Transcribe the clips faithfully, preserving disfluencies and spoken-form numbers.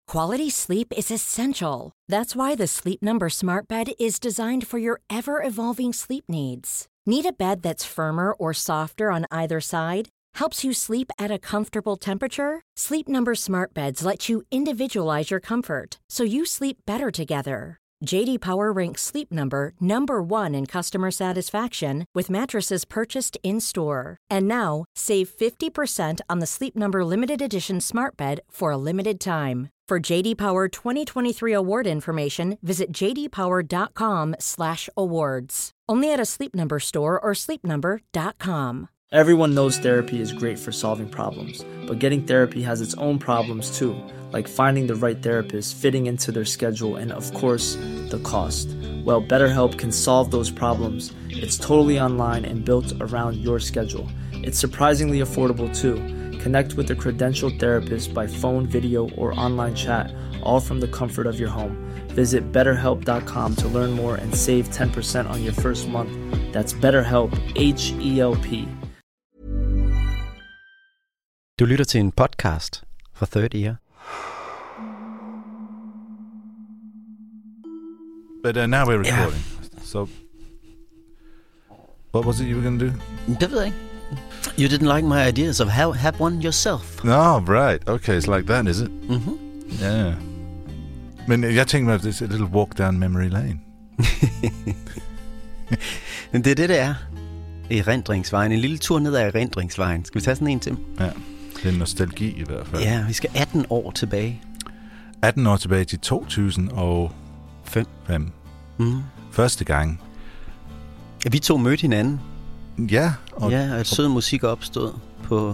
Quality sleep is essential. That's why the Sleep Number Smart Bed is designed for your ever-evolving sleep needs. Need a bed that's firmer or softer on either side? Helps you sleep at a comfortable temperature? Sleep Number Smart Beds let you individualize your comfort, so you sleep better together. J D Power ranks Sleep Number number one in customer satisfaction with mattresses purchased in-store. And now, save fifty percent on the Sleep Number Limited Edition Smart Bed for a limited time. For J D Power twenty twenty-three award information, visit j d power dot com slash awards. Only at a Sleep Number store or sleep number dot com. Everyone knows therapy is great for solving problems, but getting therapy has its own problems too, like finding the right therapist, fitting into their schedule, and of course, the cost. Well, BetterHelp can solve those problems. It's totally online and built around your schedule. It's surprisingly affordable too. Connect with a credentialed therapist by phone, video, or online chat, all from the comfort of your home. Visit better help dot com to learn more and save ten percent on your first month. That's BetterHelp, H E L P. Du lytter til en podcast fra Third Ear. But uh, now we're recording. Yeah. So, what was it you were going to do? Det ved jeg ikke. You didn't like my ideas of how have one yourself. No, right. Okay, it's like that, is it? Mm-hmm. Yeah. Men jeg tænkte mig, it's a little walk down memory lane. Men det er det, det er. Erindringsvejen. En lille tur ned ad Erindringsvejen. Skal vi tage sådan en til? Ja, det er nostalgi i hvert fald. Ja, vi skal atten år tilbage. atten år tilbage til to tusind og fem. Mm. Første gang. Ja, vi to mødte hinanden. Ja. Og ja, og et sød musik opstod på,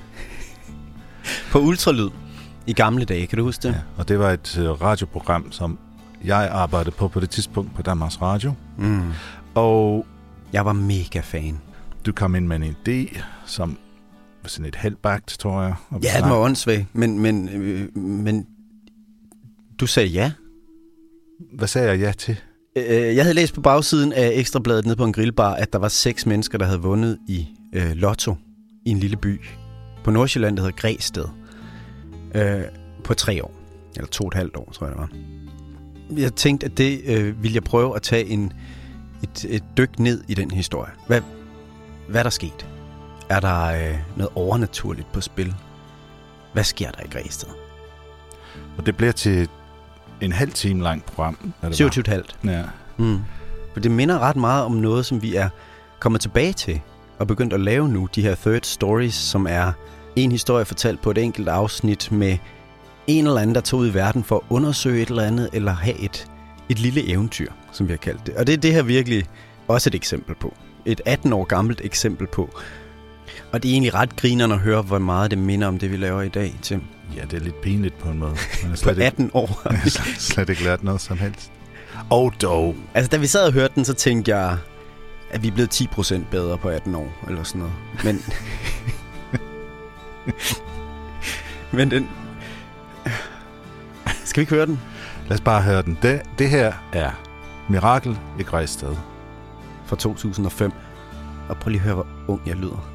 på ultralyd i gamle dage. Kan du huske det? Ja, og det var et uh, radioprogram, som jeg arbejdede på på det tidspunkt på Danmarks Radio. Mm. Og jeg var mega fan. Du kom ind med en idé, som var sådan et halvbagt, tror jeg. Ja, den var åndssvag, men, men, øh, men du sagde ja. Hvad sagde jeg ja til? Øh, jeg havde læst på bagsiden af Ekstrabladet nede på en grillbar, at der var seks mennesker, der havde vundet i øh, lotto i en lille by på Nordsjælland, der hedder Græsted, øh, på tre år. Eller to og et halvt år, tror jeg det var. Jeg tænkte, at det øh, ville jeg prøve at tage en, et, et dyk ned i den historie. Hvad, hvad er der sket? Er der øh, noget overnaturligt på spil? Hvad sker der i Græsted? Og det bliver til en halv time langt program. syvogtyve komma fem. Ja. Mm. For det minder ret meget om noget, som vi er kommet tilbage til og begyndt at lave nu. De her Third Stories, som er en historie fortalt på et enkelt afsnit med en eller anden, der tog ud i verden for at undersøge et eller andet, eller have et, et lille eventyr, som vi har kaldt det. Og det er det her virkelig også et eksempel på. Et atten år gammelt eksempel på. Og det er egentlig ret grinerende at høre, hvor meget det minder om det, vi laver i dag, Tim. Ja, det er lidt pinligt på en måde. På atten år. Jeg har slet ikke lært noget som helst. Og dog. Altså, da vi sad og hørte den, så tænkte jeg, at vi er blevet ti procent bedre på atten år, eller sådan noget. Men, Men den... Skal vi ikke høre den? Lad os bare høre den. Det, det her er Mirakel i Græsted. Fra to tusind og fem. Og prøv lige at høre, hvor ung jeg lyder.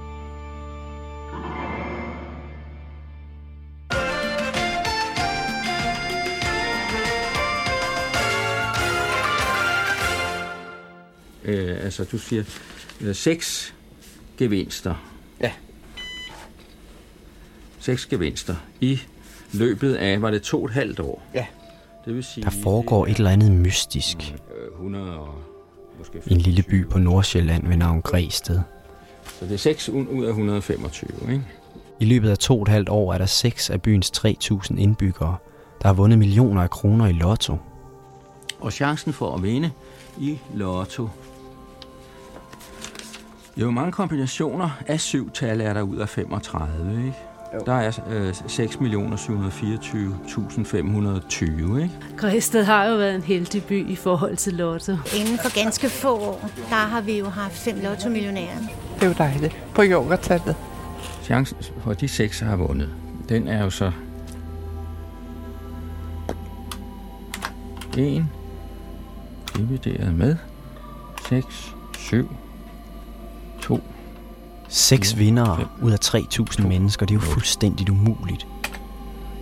Øh, altså, du siger øh, seks gevinster. Ja. Seks gevinster i løbet af, var det to og et halvt år? Ja. Det vil sige, der foregår et eller andet mystisk. Øh, hundrede og måske i en lille by på Nordsjælland ved navn Græsted. Så det er seks ud af et hundrede og femogtyve, ikke? I løbet af to og et halvt år er der seks af byens tre tusind indbyggere, der har vundet millioner af kroner i lotto. Og chancen for at vinde i lotto. Jo, mange kombinationer af syvtal er der ud af femogtredive, ikke? Jo. Der er øh, seks millioner syv hundrede og fireogtyve tusind fem hundrede og tyve, ikke? Græsted har jo været en heldig by i forhold til lotto. Inden for ganske få år, der har vi jo haft fem lotto-millionærer. Det er jo dejligt. På yogatallet. Chancen for de seks har vundet, den er jo så en divideret med seks, syv, to. Seks vindere ud af tre tusind mennesker, det er jo fuldstændigt umuligt.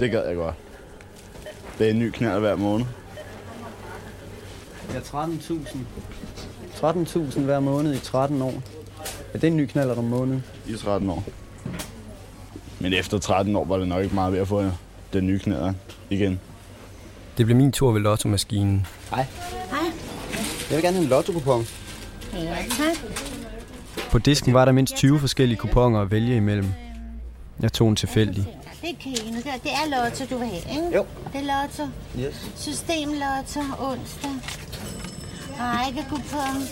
Det gad jeg godt. Det er en ny knald hver måned. Ja, tretten tusind. tretten tusind hver måned i tretten år. Ja, det er en ny knald om måneden. I tretten år. Men efter tretten år var det nok ikke meget ved at få den nye knald igen. Det blev min tur ved lottomaskinen. Hej. Hej. Jeg vil gerne have en lottokupon. Ja, tak. På disken var der mindst tyve forskellige kuponer at vælge imellem. Jeg tog en tilfældig. Det er Kene. Det er lotto, du vil have, ikke? Jo. Det er lotto. Yes. Systemlotto onsdag. Rækkekupon.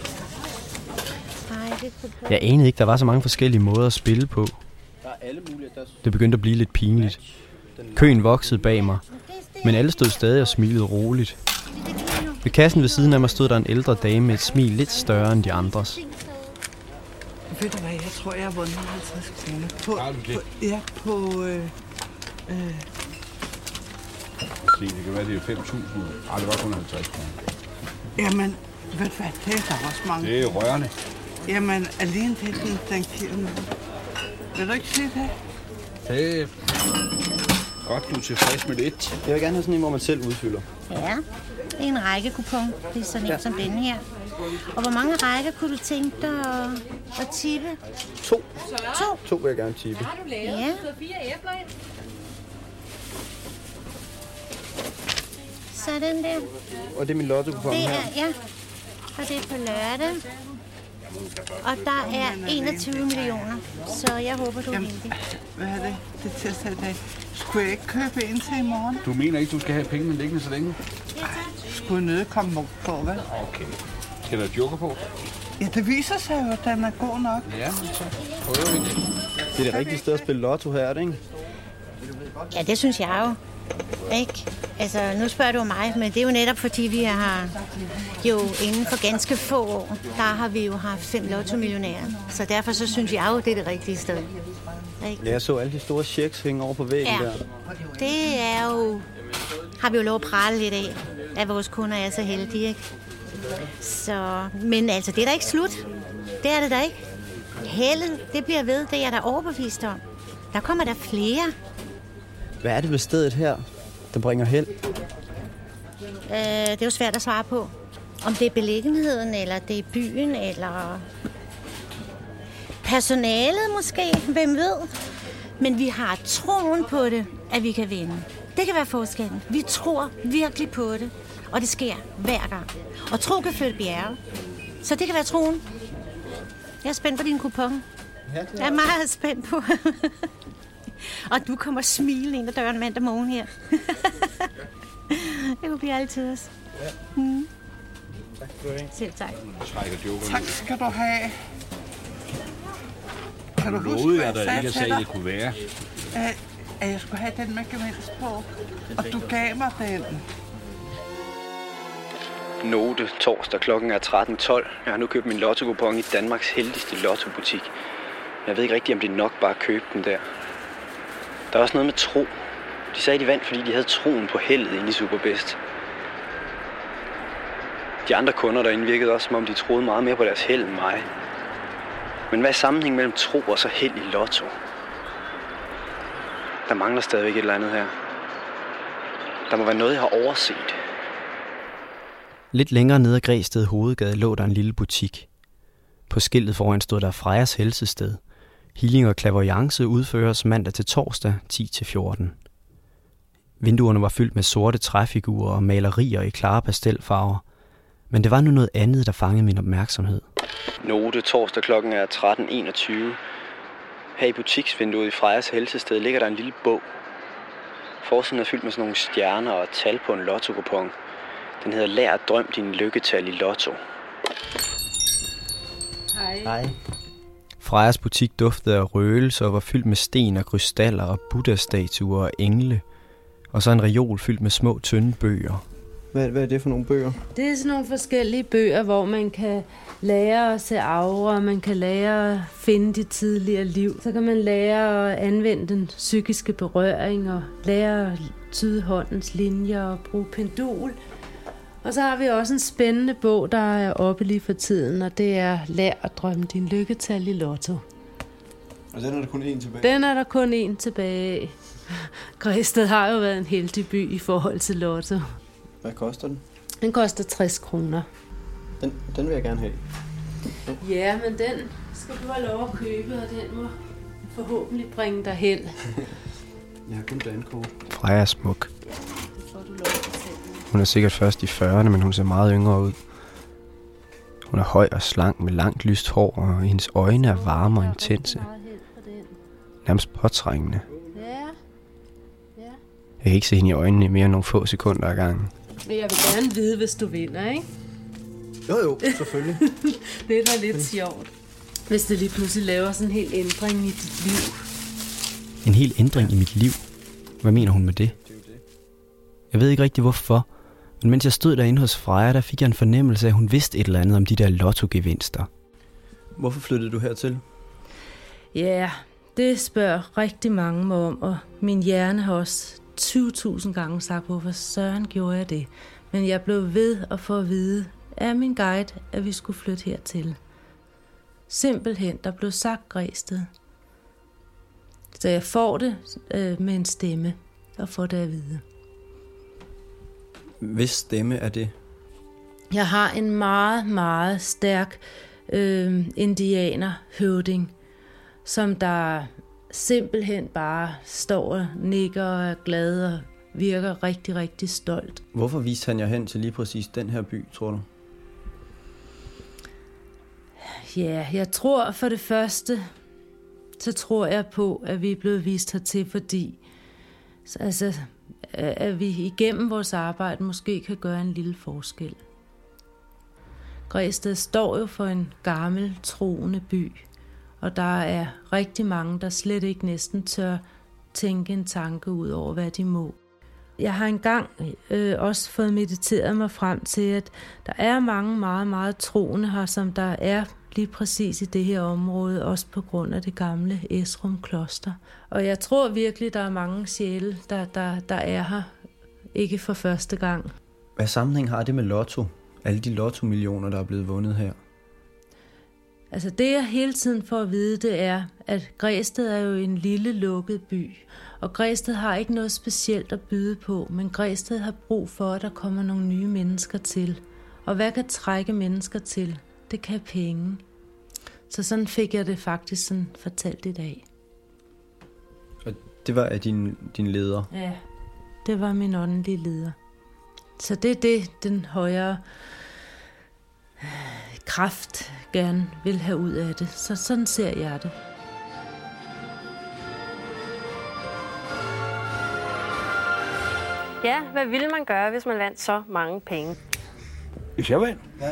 Rækkekupon. Jeg anede ikke, der var så mange forskellige måder at spille på. Det begyndte at blive lidt pinligt. Køen voksede bag mig, men alle stod stadig og smilede roligt. Ved kassen ved siden af mig stod der en ældre dame med et smil lidt større end de andres. Ved du hvad, jeg tror, jeg har vundet halvtreds kroner. På, på, ja, på... Øh, øh. Se, det kan være, det er fem tusind. Ej, det var kun halvtreds kroner. Jamen, ved du hvad, det er der også mange. Det er rørende. Jamen, alene det, den, den giver mig. Vil du ikke sige det? Det er godt, du er tilfreds med lidt. Jeg vil gerne have sådan en, hvor man selv udfylder. Ja, det er en rækkekupon. Det er sådan en ja. som denne her. Og hvor mange rækker kunne du tænke dig at, at tippe? To. To? To vil jeg gerne tippe. Ja. Sådan der. Og det er min lottokupon det her. Er, ja, og det er på lørdag. Og der er enogtyve millioner, så jeg håber, du er heldig. Hvad er det? Det er tirsdag i dag. Skulle jeg ikke købe en til i morgen? Du mener ikke, du skal have pengene liggende så længe? Ej, skulle nødt komme på, hvad? Okay. Skal der joker på? Ja, det viser sig jo, at den er god nok. Ja, så prøver vi det. Det er det rigtige sted at spille lotto her, er det ikke? Ja, det synes jeg jo. Ikke? Altså, nu spørger du mig, men det er jo netop fordi, vi har jo inden for ganske få år, der har vi jo haft fem lotto-millionærer. Så derfor så synes jeg jo, det er det rigtige sted. Ikke? Ja, jeg så alle de store checks hænge over på væggen ja. der. Det er jo, har vi jo lov at prale lidt af, at vores kunder er så heldige, ikke? Så, men altså, det er da ikke slut. Det er det da ikke. Heldet, det bliver ved, det er jeg da overbevist om. Der kommer der flere. Hvad er det ved stedet her, der bringer held? Øh, det er jo svært at svare på. Om det er beliggenheden, eller det er byen, eller personalet måske, hvem ved. Men vi har troen på det, at vi kan vinde. Det kan være forskellen. Vi tror virkelig på det, og det sker hver gang. Og tro kan flytte bjerge. Så det kan være troen. Jeg er spændt på din kupon. Jeg er meget spændt på. Og du kommer smilende ind ad døren mandag morgen her. Det kunne blive altid os. Mm. Tak skal du have. Selv tak. Tak skal du have. Kan du huske, hvad jeg sagde til dig? Det kunne være. At, at jeg skulle have den med gevinst på. Og du gav mig den. Note, torsdag, klokken er tretten tolv. Jeg har nu købt min lottokupon i Danmarks heldigste lottobutik. Jeg ved ikke rigtig, om det er nok bare at købe den der. Der er også noget med tro. De sagde, de vandt, fordi de havde troen på heldet inde i Superbest. De andre kunder derinde virkede også, som om de troede meget mere på deres held end mig. Men hvad er sammenhængen mellem tro og så held i lotto? Der mangler stadigvæk et eller andet her. Der må være noget, jeg har overset. Lidt længere nede ad Græsted Hovedgade lå der en lille butik. På skiltet foran stod der Frejas helsested. Healing og clairvoyance udføres mandag til torsdag ti til fjorten. Vinduerne var fyldt med sorte træfigurer og malerier i klare pastelfarver. Men det var nu noget andet, der fangede min opmærksomhed. Note, torsdag klokken er tretten enogtyve. Her i butiksvinduet i Frejas helsested ligger der en lille bog. Forsiden er fyldt med sådan nogle stjerner og tal på en lottokupon. Den hedder Lær at drøm din lykketal i lotto. Hej. Hej. Frejas butik duftede af røgelse og var fyldt med sten og krystaller og buddha-statuer og engle. Og så en reol fyldt med små, tynde bøger. Hvad, hvad er det for nogle bøger? Det er sådan nogle forskellige bøger, hvor man kan lære at se aura, man kan lære at finde det tidligere liv. Så kan man lære at anvende den psykiske berøring og lære at tyde håndens linjer og bruge pendul. Og så har vi også en spændende bog, der er oppe lige for tiden, og det er Lær at drømme din lykketal i lotto. Og den er der kun én tilbage? Den er der kun én tilbage af. Græsted har jo været en heldig by i forhold til Lotto. Hvad koster den? Den koster tres kroner. Den, den vil jeg gerne have. Ja. ja, men den skal du have lov at købe, og den må forhåbentlig bringe dig hen. Jeg har kun dankort. Freja er smuk. Ja, det får du lov at fortælle. Hun er sikkert først i fyrrerne, men hun ser meget yngre ud. Hun er høj og slank med langt lyst hår, og hendes øjne er varme og intense. Nærmest påtrængende. Ja. Ja. Jeg kan ikke se hende i øjnene i mere end nogle få sekunder ad gangen. Men jeg vil gerne vide, hvis du vinder, ikke? Jo jo, selvfølgelig. Det er da lidt sjovt. Hvis det lige pludselig laver sådan en hel ændring i dit liv. En hel ændring i mit liv? Hvad mener hun med det? Jeg ved ikke rigtig hvorfor, men mens jeg stod derinde hos Freja, der fik jeg en fornemmelse af, at hun vidste et eller andet om de der lottogevinster. Hvorfor flyttede du hertil? Ja, det spørger rigtig mange mig om, og min hjerne har også tyve tusind gange sagt, hvorfor søren gjorde jeg det. Men jeg blev ved at få at vide af min guide, at vi skulle flytte hertil. Simpelthen, der blev sagt Græsted. Så jeg får det øh, med en stemme, og får det at vide. Hvis stemme er det? Jeg har en meget, meget stærk øh, indianer-høvding, som der simpelthen bare står og nikker og er glad og virker rigtig, rigtig stolt. Hvorfor viste han jer hen til lige præcis den her by, tror du? Ja, jeg tror for det første, så tror jeg på, at vi er blevet vist hertil, fordi altså, at vi igennem vores arbejde måske kan gøre en lille forskel. Græsted står jo for en gammel, troende by, og der er rigtig mange, der slet ikke næsten tør tænke en tanke ud over, hvad de må. Jeg har engang øh, også fået mediteret mig frem til, at der er mange meget, meget troende her, som der er lige præcis i det her område, også på grund af det gamle Esrum Kloster. Og jeg tror virkelig, der er mange sjæle, der, der, der er her, ikke for første gang. Hvad sammenhæng har det med lotto? Alle de lotto-millioner, der er blevet vundet her? Altså det, jeg hele tiden får at vide, det er, at Græsted er jo en lille lukket by. Og Græsted har ikke noget specielt at byde på, men Græsted har brug for, at der kommer nogle nye mennesker til. Og hvad kan trække mennesker til? Det kan penge. Så sådan fik jeg det faktisk sådan fortalt i dag. Og det var af din, din leder? Ja, det var min åndelige leder. Så det er det, den højere kraft gerne vil have ud af det. Så sådan ser jeg det. Ja, hvad ville man gøre, hvis man vandt så mange penge? Hvis jeg vandt? Ja.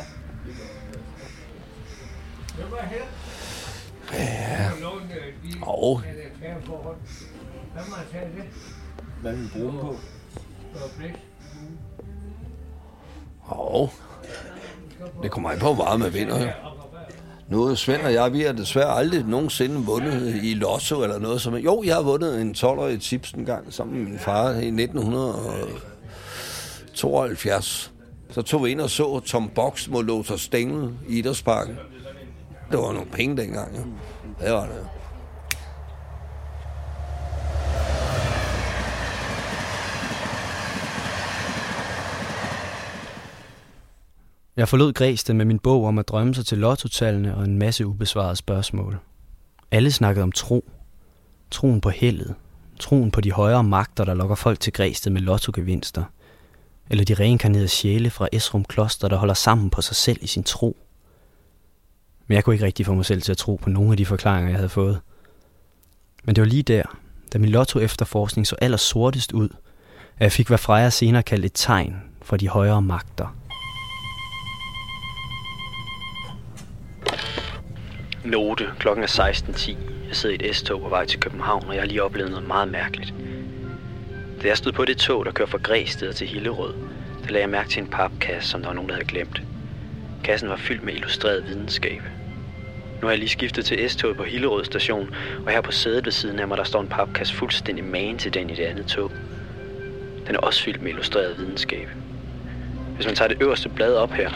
Ja. Og. Hvad vil du bruge dem på? Og. Det kommer an på, hvor meget man vinder. Nu er Svend og jeg, vi har desværre aldrig nogensinde vundet i lotto eller noget som. Jo, jeg har vundet en tolver i tips en gang sammen med min far i nitten tooghalvfjerds. Så tog vi ind og så Tom Box mod Lothar Stengel i Idrætsparken. Det var nogle penge dengang, ja. Det var det. Jeg forlod Græsted med min bog om at drømme sig til lottotallene og en masse ubesvarede spørgsmål. Alle snakkede om tro. Troen på heldet. Troen på de højere magter, der lokker folk til Græsted med lottogevinster. Eller de reinkarnerede sjæle fra Esrum Kloster, der holder sammen på sig selv i sin tro. Men jeg kunne ikke rigtig få mig selv til at tro på nogle af de forklaringer, jeg havde fået. Men det var lige der, da min lotto-efterforskning så aller sortest ud, at jeg fik, hvad Freja senere kaldte et tegn fra de højere magter. Note. Klokken er seksten ti. Jeg sidder i et S-tog på vej til København, og jeg har lige oplevet noget meget mærkeligt. Da jeg stod på det tog, der kører fra Græsted til Hillerød, der lagde jeg mærke til en papkasse, som der var nogen, der havde glemt. Kassen var fyldt med illustreret videnskab. Nu har jeg lige skiftet til S-toget på Hillerød station, og her på sædet ved siden af mig, der står en papkasse fuldstændig magen til den i det andet tog. Den er også fyldt med illustreret videnskab. Hvis man tager det øverste blad op her,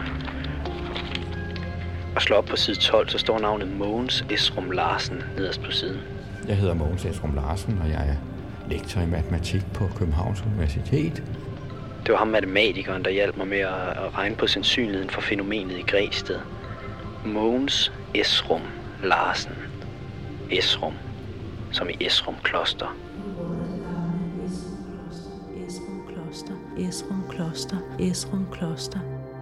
og slår op på side tolv, så står navnet Mogens Esrum Larsen nederst på siden. Jeg hedder Mogens Esrum Larsen, og jeg er lektor i matematik på Københavns Universitet. Det var ham matematikeren, der hjalp mig med at regne på sandsynligheden for fænomenet i Græsted. Mogens Esrum Larsen. Esrum, som i Esrum Kloster. Esrum Kloster, Esrum Kloster, Esrum Kloster.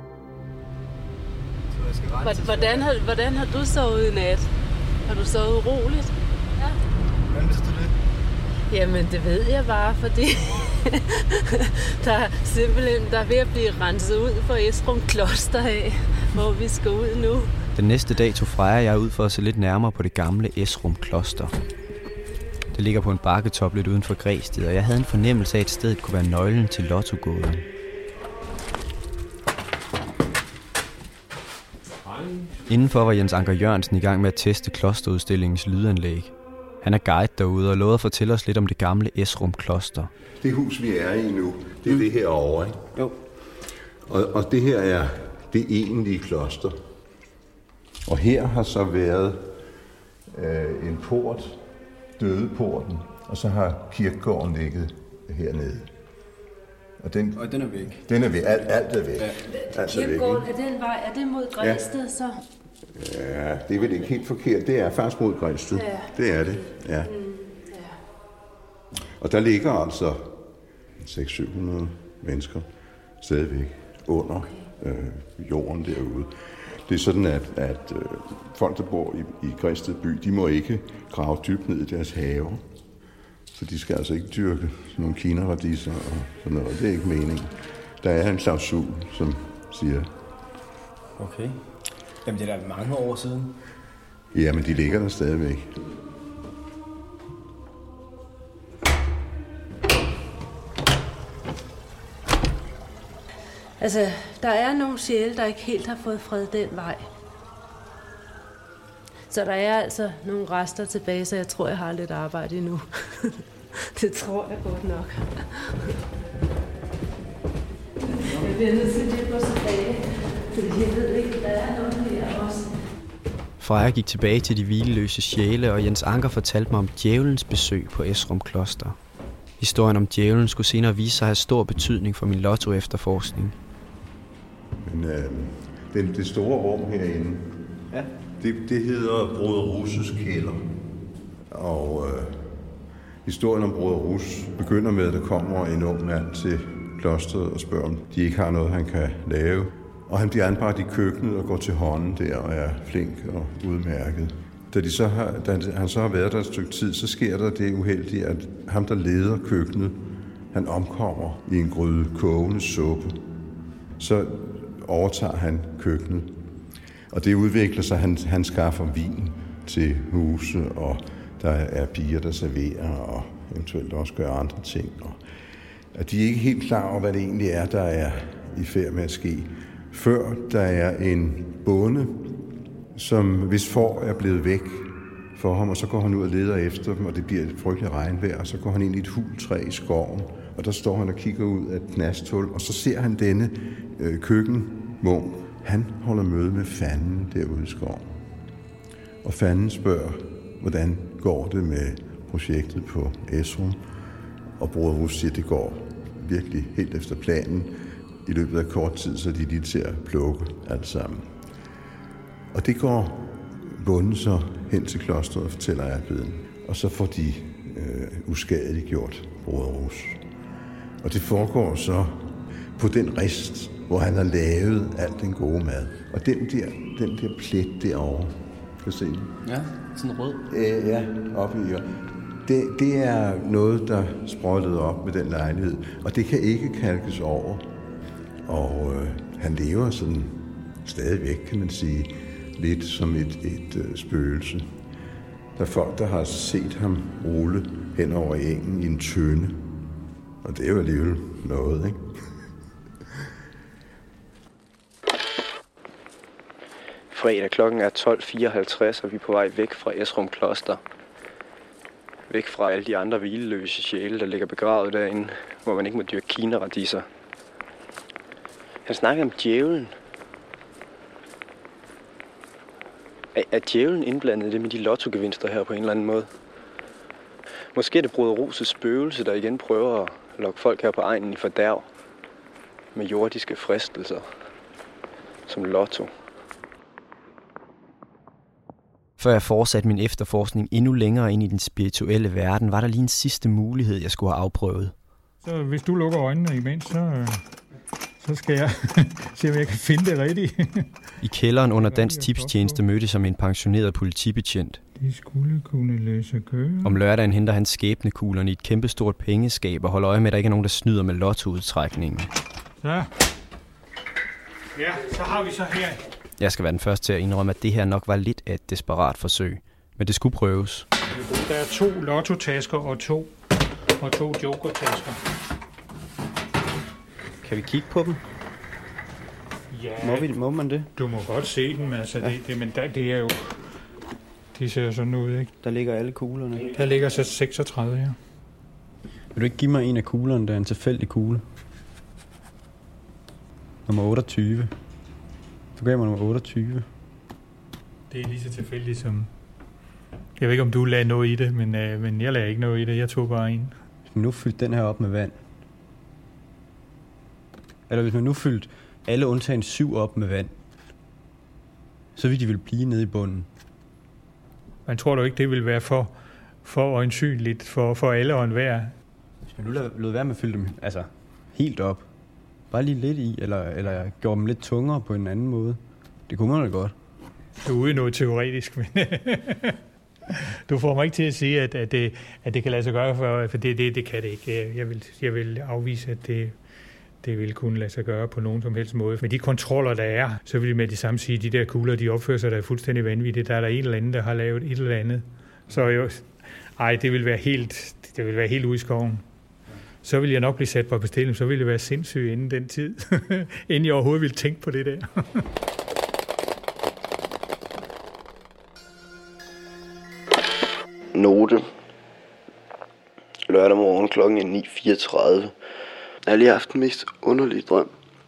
Hvordan har, hvordan har du sovet i nat? Har du sovet uroligt? Ja. Hvordan vidste du det? Jamen, det ved jeg bare, fordi der er simpelthen der er ved at blive renset ud for Esrum Kloster af, hvor vi skal ud nu. Den næste dag tog Freja og jeg ud for at se lidt nærmere på det gamle Esrum Kloster. Det ligger på en bakketop lidt uden for Græsted, og jeg havde en fornemmelse af, at stedet kunne være nøglen til Lottogåden. Indenfor var Jens Anker Jørgensen i gang med at teste klosterudstillingens lydanlæg. Han er guide derude og lovede at fortælle os lidt om det gamle Esrum Kloster. Det hus, vi er i nu, det er mm. det her over, ikke? Jo. Og, og det her er det egentlige kloster. Og her har så været øh, en port, Dødeporten, og så har kirkegården ligget hernede. Og den, og den er væk? Den er væk. Alt, alt er væk. Ja. Alt kirkegården, er den vej, er det mod Græsted, ja. Så? Ja, det er vel ikke helt forkert. Det er faktisk mod Græsted. Ja. Det er det, ja. Mm, ja. Og der ligger altså seks til syv hundrede mennesker stadigvæk under okay. øh, jorden derude. Det er sådan, at, at øh, folk, der bor i, i Græsted by, de må ikke grave dybt ned i deres haver. Så de skal altså ikke dyrke sådan nogle kinaradiser og sådan noget. Det er ikke meningen. Der er en klausul, som siger... Okay. Jamen, det er da mange år siden. Ja, men de ligger der stadigvæk. Altså, der er nogle sjæle, der ikke helt har fået fred den vej. Så der er altså nogle rester tilbage, så jeg tror, jeg har lidt arbejde endnu. Det tror jeg godt nok. Jeg bliver nødt til at gå tilbage, fordi jeg ved ikke, der er noget her også. Freja gik tilbage til de hvileløse sjæle, og Jens Anker fortalte mig om djævelens besøg på Esrum Kloster. Historien om djævelen skulle senere vise sig at have stor betydning for min lotto-efterforskning. Men øh, det, det store rum herinde, ja. det, det hedder Broder Russes kælder. Og øh, historien om Broder Rus begynder med, at der kommer en ung mand til klosteret og spørger, om de ikke har noget, han kan lave. Og han bliver anbragt i køkkenet og går til hånden der og er flink og udmærket. Da, de så har, da han så har været der et stykke tid, så sker der det uheldige, at ham, der leder køkkenet, han omkommer i en gryde kogende suppe. Så overtager han køkkenet. Og det udvikler sig, han, han skaffer vin til huse, og der er piger, der serverer, og eventuelt også gør andre ting. Og at de er ikke helt klar over, hvad det egentlig er, der er i færd med at ske. Før der er en bonde, som hvis får er blevet væk for ham, og så går han ud og leder efter dem, og det bliver et frygteligt regnvejr, og så går han ind i et hultræ i skoven, og der står han og kigger ud af et knasthul, og så ser han denne øh, køkkenmunk. Han holder møde med fanden derude i skoven. Og fanden spørger, hvordan går det med projektet på Esrum, og Broder Rus siger, det går virkelig helt efter planen. I løbet af kort tid, så er de lige til at plukke alt sammen. Og det går bonden så hen til klosteret og fortæller erbeden. Og så får de øh, uskadeligt gjort Broder Rus. Og det foregår så på den rist, hvor han har lavet alt den gode mad. Og den der, den der plet derovre, kan du se den? Ja, sådan rød. Æ, ja, oppe i. Det, det er noget, der sprøjtede op med den lejlighed. Og det kan ikke kalkes over. Og øh, han lever sådan stadigvæk, kan man sige, lidt som et, et øh, spøgelse. Der er folk, der har set ham rulle hen over engen i en tønde. Og det er jo alligevel noget, ikke? Fredag klokken er tolv fireoghalvtreds, og vi er på vej væk fra Esrum Kloster. Væk fra alle de andre hvileløse sjæle, der ligger begravet derinde, hvor man ikke må dyrke kinaradiser. Han snakker om djævlen. Er, er djævlen indblandet i det med de lottogevinster her på en eller anden måde? Måske er det Broder Ruses spøgelse, der igen prøver at lokke folk her på egnen i fordærv med jordiske fristelser, som lotto. Før jeg fortsatte min efterforskning endnu længere ind i den spirituelle verden, var der lige en sidste mulighed, jeg skulle have afprøvet. Så hvis du lukker øjnene imens, så, så skal jeg se, om jeg kan finde det rigtigt. I kælderen under Dansk Tipstjeneste mødtes jeg med en pensioneret politibetjent. De skulle kunne lade sig gøre. Om lørdagen henter han skæbnekuglerne i et kæmpestort pengeskab og holder øje med, at der ikke er nogen, der snyder med lottoudtrækningen. Så. Ja, så har vi så her. Jeg skal være den første til at indrømme, at det her nok var lidt af et desperat forsøg. Men det skulle prøves. Der er to lottotasker og to, og to jokertasker. Kan vi kigge på dem? Ja. Må, vi, må man det? Du må godt se dem, altså. Ja. Det, det, men der, det er jo... De ser sådan ud, ikke? Der ligger alle kuglerne. Der ligger så seksogtredive her. Vil du ikke give mig en af kuglerne, der er en tilfældig kugle? Nummer otteogtyve. Du gav mig nummer otteogtyve. Det er lige så tilfældigt som... Jeg ved ikke, om du lagde noget i det, men, øh, men jeg lagde ikke noget i det. Jeg tog bare en. Hvis man nu fyldte den her op med vand. Eller hvis man nu fyldte alle undtagen syv op med vand. Så ville de vel blive nede i bunden. Man tror du ikke, det vil være for, for øjensynligt for, for alle og enhver? Hvis man nu lod være med at fylde dem altså, helt op. Bare lige lidt i, eller, eller gjorde dem lidt tungere på en anden måde. Det kunne man da godt. Du er ude i noget teoretisk, men du får mig ikke til at sige, at, at, det, at det kan lade sig gøre, for, for det, det, det kan det ikke. Jeg vil, jeg vil afvise, at det, det vil kunne lade sig gøre på nogen som helst måde. Med de kontroller, der er, så vil jeg med det samme sige, at de der kugler, de opfører sig, der er fuldstændig vanvittigt. Der er der en eller anden, der har lavet et eller andet. Så jo, ej, det vil være helt, det vil være helt ude i skoven. Så vil jeg nok blive sat på bestilling, så vil det være sindssygt inden den tid, inden jeg overhovedet ville tænke på det der. Note. Lørdag morgen klokken er ni fireogtredive. Jeg har lige haft den mest underlige drøm.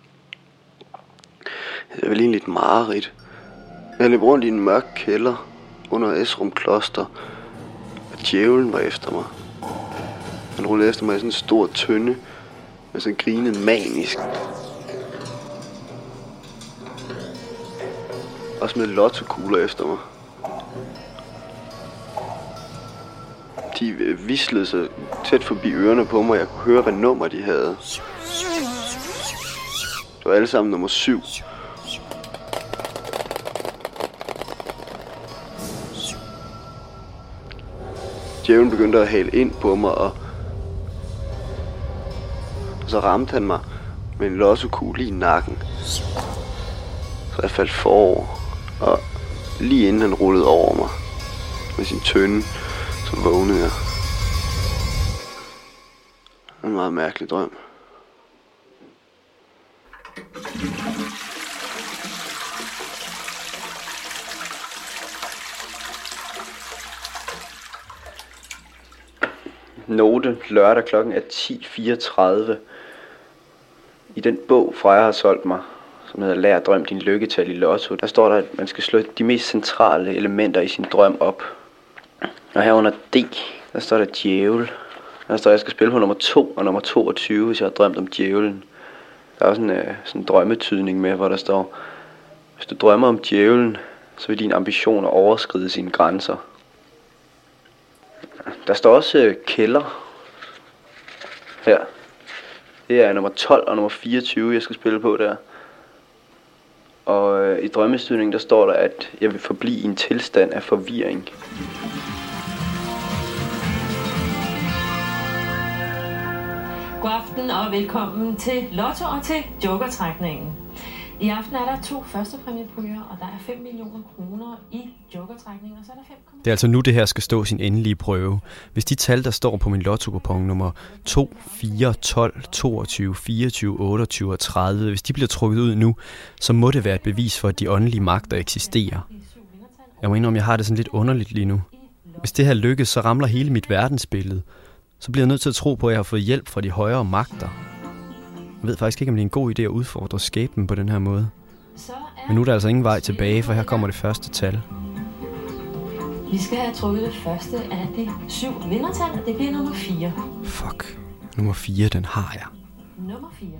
Det er vel egentlig et mareridt. Jeg løb rundt i en mørk kælder under Esrum Kloster, og djævlen var efter mig. Han rullede efter mig i sådan en stor tønde, med sådan grinede manisk. Og smed lottokugler efter mig. De vislede sig tæt forbi ørerne på mig, og jeg kunne høre, hvad nummer de havde. Det var alle sammen nummer syv. Djævlen begyndte at hale ind på mig, og Og så ramte han mig med en lottokugle i nakken. Så jeg faldt forover, og lige inden han rullede over mig med sin tønde, så vågnede jeg. Det var en meget mærkelig drøm. Note, lørdag klokken er ti fireogtredive. I den bog, Freja har solgt mig, som hedder Lær at drømme din lykketal i lotto, der står der, at man skal slå de mest centrale elementer i sin drøm op. Og her under D, der står der djævel. Der står, at jeg skal spille på nummer to og nummer toogtyve, hvis jeg har drømt om djævelen. Der er også en uh, sådan en drømmetydning med, hvor der står, hvis du drømmer om djævelen, så vil dine ambitioner overskride sine grænser. Der står også uh, kælder her. Det er nummer tolv og nummer fireogtyve, jeg skal spille på der. Og øh, i drømmestydningen, der står der, at jeg vil forblive i en tilstand af forvirring. God aften og velkommen til Lotto og til Jokertrækningen. I aften er der to første præmiepuljer, og der er fem millioner kroner i Jokertrækningen, og så er der fem. Det er altså nu, det her skal stå sin endelige prøve. Hvis de tal, der står på min lottokupon nummer to, fire, tolv, toogtyve, fireogtyve, otteogtyve og tredive, hvis de bliver trukket ud nu, så må det være et bevis for, at de åndelige magter eksisterer. Jeg må indrømme, jeg har det sådan lidt underligt lige nu. Hvis det her lykkes, så ramler hele mit verdensbillede. Så bliver jeg nødt til at tro på, at jeg har fået hjælp fra de højere magter. Jeg ved faktisk ikke, om det er en god idé at udfordre skæbnen på den her måde. Men nu er der altså ingen vej tilbage, for her kommer det første tal. Vi skal have trukket det første af de syv vindertal, og det bliver nummer fire. Fuck. Nummer fire, den har jeg. Nummer fire.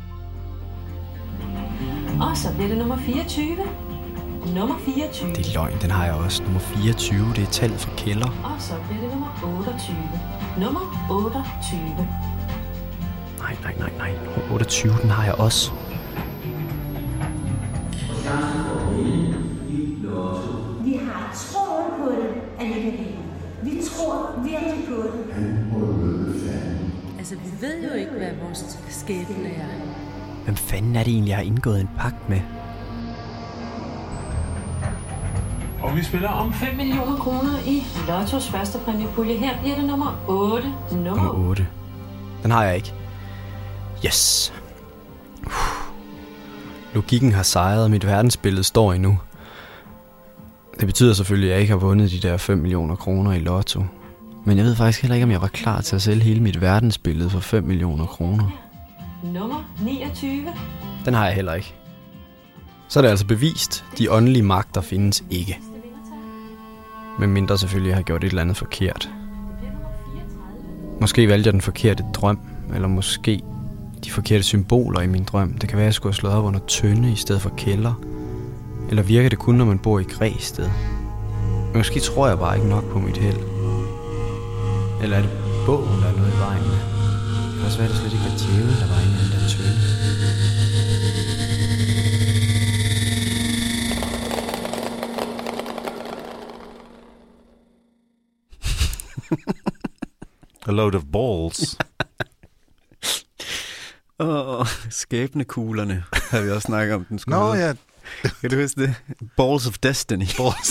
Og så bliver det nummer fireogtyve. Nummer fireogtyve. Det er løgn, den har jeg også. Nummer fireogtyve, det er tallet for kælder. Og så bliver det nummer otteogtyve. Nummer otteogtyve. Nej, nej, nej, nej. Nummer otteogtyve, den har jeg også. Vi har troen på det, at vi kan vinde. Vi tror virkelig på det. Altså, vi ved jo ikke, hvad vores skæbne er. Hvem fanden er det egentlig, jeg har indgået en pagt med? Og vi spiller om fem millioner kroner i Lottos første præmiepulje. Her bliver det nummer otte. Nummer, nummer otte. Den har jeg ikke. Yes. Uh. Logikken har sejret, og mit verdensbillede står endnu. Det betyder selvfølgelig, at jeg ikke har vundet de der fem millioner kroner i Lotto. Men jeg ved faktisk heller ikke, om jeg var klar til at sælge hele mit verdensbillede for fem millioner kroner. Nummer niogtyve. Den har jeg heller ikke. Så er det altså bevist, de åndelige magter findes ikke. Men mindre selvfølgelig, jeg har gjort et eller andet forkert. Måske valgte jeg den forkerte drøm, eller måske de forkerte symboler i min drøm. Det kan være, at jeg skulle have slået op under tønde i stedet for kælder. Eller virker det kun, når man bor i Græsted? Måske tror jeg bare ikke nok på mit held. Eller er det bogen, der er noget i vejen med? Det kan også være, at det slet ikke var djævel, der var inde i den der tønde. A load of balls. Åh, oh, skæbnekuglerne har vi også snakket om. Den skulle Nå ja. Kan du huske det? Balls of Destiny. Balls.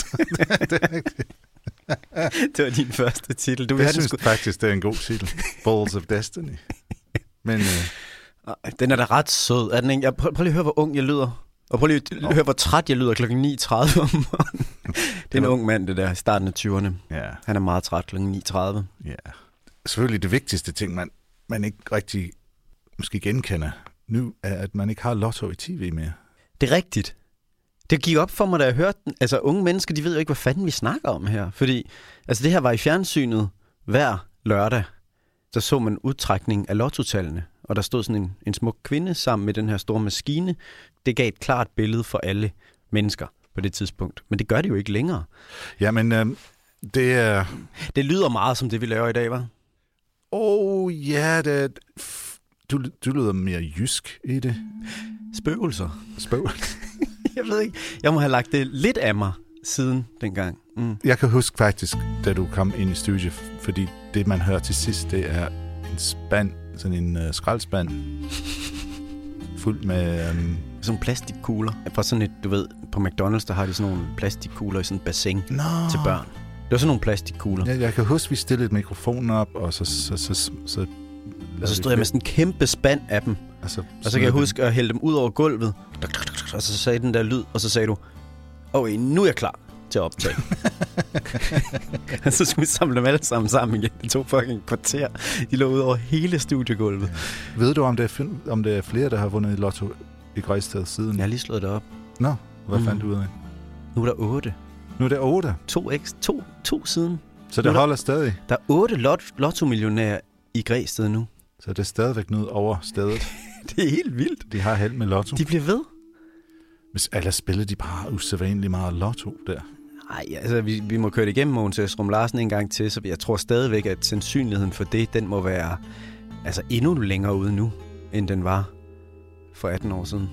Det var din første titel. Du jeg synes sku... faktisk, det er en god titel. Balls of Destiny. Men uh... den er da ret sød. Er den ikke? Jeg prøv, prøv lige at høre, hvor ung jeg lyder. Og prøv lige at oh. høre, hvor træt jeg lyder klokken ni tredive om morgenen. Det er en ung mand, det der, i starten af tyverne. Ja. Han er meget træt klokken ni tredive. Ja. Selvfølgelig det vigtigste ting, man, man ikke rigtig måske genkender nu, er, at man ikke har Lotto i tv mere. Det er rigtigt. Det gik op for mig, da jeg hørte den. Altså, unge mennesker, de ved jo ikke, hvad fanden vi snakker om her. Fordi, altså, det her var i fjernsynet hver lørdag. Der så man udtrækning af lottotallene. Og der stod sådan en, en smuk kvinde sammen med den her store maskine. Det gav et klart billede for alle mennesker på det tidspunkt. Men det gør det jo ikke længere. Ja, men øh, det er... Det lyder meget som det, vi laver i dag, hva'? Åh, oh, ja, det... Du, du lyder mere jysk i det. Spøgelser. Spøgelser. Jeg ved ikke. Jeg må have lagt det lidt af mig siden dengang. Mm. Jeg kan huske faktisk, da du kom ind i studiet, fordi det, man hører til sidst, det er en spand, sådan en uh, skraldspand, fuld med... Um... Sådan plastikkugler. For sådan et, du ved, på McDonald's, der har de sådan nogle plastikkugler i sådan et bassin Nå. til børn. Det var sådan nogle plastikkugler. Ja, jeg kan huske, vi stillede mikrofonen op, og så... så, så, så, så og så stod jeg med sådan en kæmpe spand af dem. Altså, og så kan jeg huske at hælde dem ud over gulvet. Og så sagde den der lyd, og så sagde du, okay, nu er jeg klar til at optage. Og så skulle vi samle dem alle sammen sammen igen. Det tog fucking kvarter. De lå ud over hele studiegulvet. Ja. Ved du, om det, er, om det er flere, der har vundet i Lotto i Græsted siden? Jeg har lige slået det op. Nå, hvad mm. fandt du ud af? Nu er der otte. Nu er der otte? To, x, to, to siden. Så det holder stadig? Der er otte lot- lotto-millionærer i Græsted nu. Så det er stadigvæk noget over stedet. Det er helt vildt. De har held med Lotto. De bliver ved. Hvis alle spiller de bare usædvanligt meget Lotto der. Nej, altså vi, vi må køre det igennem Mogens Estrum Larsen en gang til, så jeg tror stadigvæk, at sandsynligheden for det, den må være altså endnu længere ude nu, end den var for atten år siden.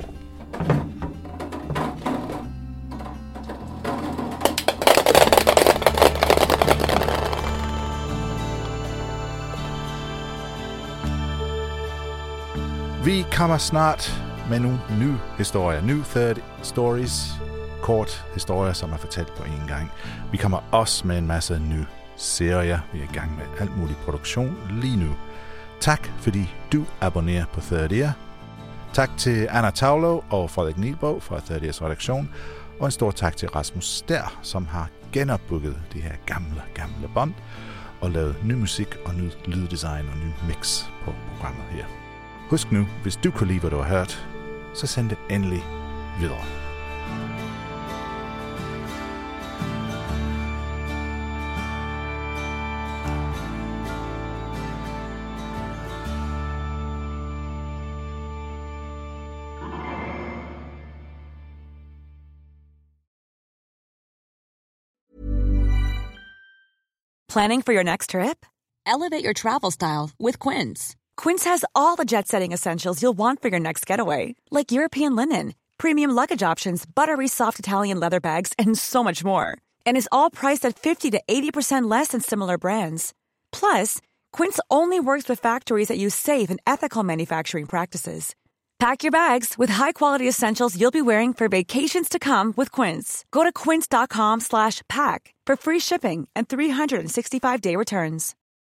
Vi kommer snart med nogle nye historier. New Third Stories. Kort historier, som er fortalt på en gang. Vi kommer også med en masse nye serier. Vi er i gang med alt mulig produktion lige nu. Tak, fordi du abonnerer på Third Ear. Tak til Anna Taulo og Frederik Nielbo fra Third Ears redaktion. Og en stor tak til Rasmus Stær, som har genopbooket de her gamle, gamle bånd og lavet ny musik og ny lyddesign og ny mix på programmet her. Husk nu, hvis du kunne lide, hvad du har hørt, så send det endelig videre. Planning for your next trip? Elevate your travel style with Quince. Quince has all the jet-setting essentials you'll want for your next getaway, like European linen, premium luggage options, buttery soft Italian leather bags, and so much more. And is all priced at fifty to eighty percent less than similar brands. Plus, Quince only works with factories that use safe and ethical manufacturing practices. Pack your bags with high-quality essentials you'll be wearing for vacations to come with Quince. Go to quince.com slash pack for free shipping and three sixty-five day returns.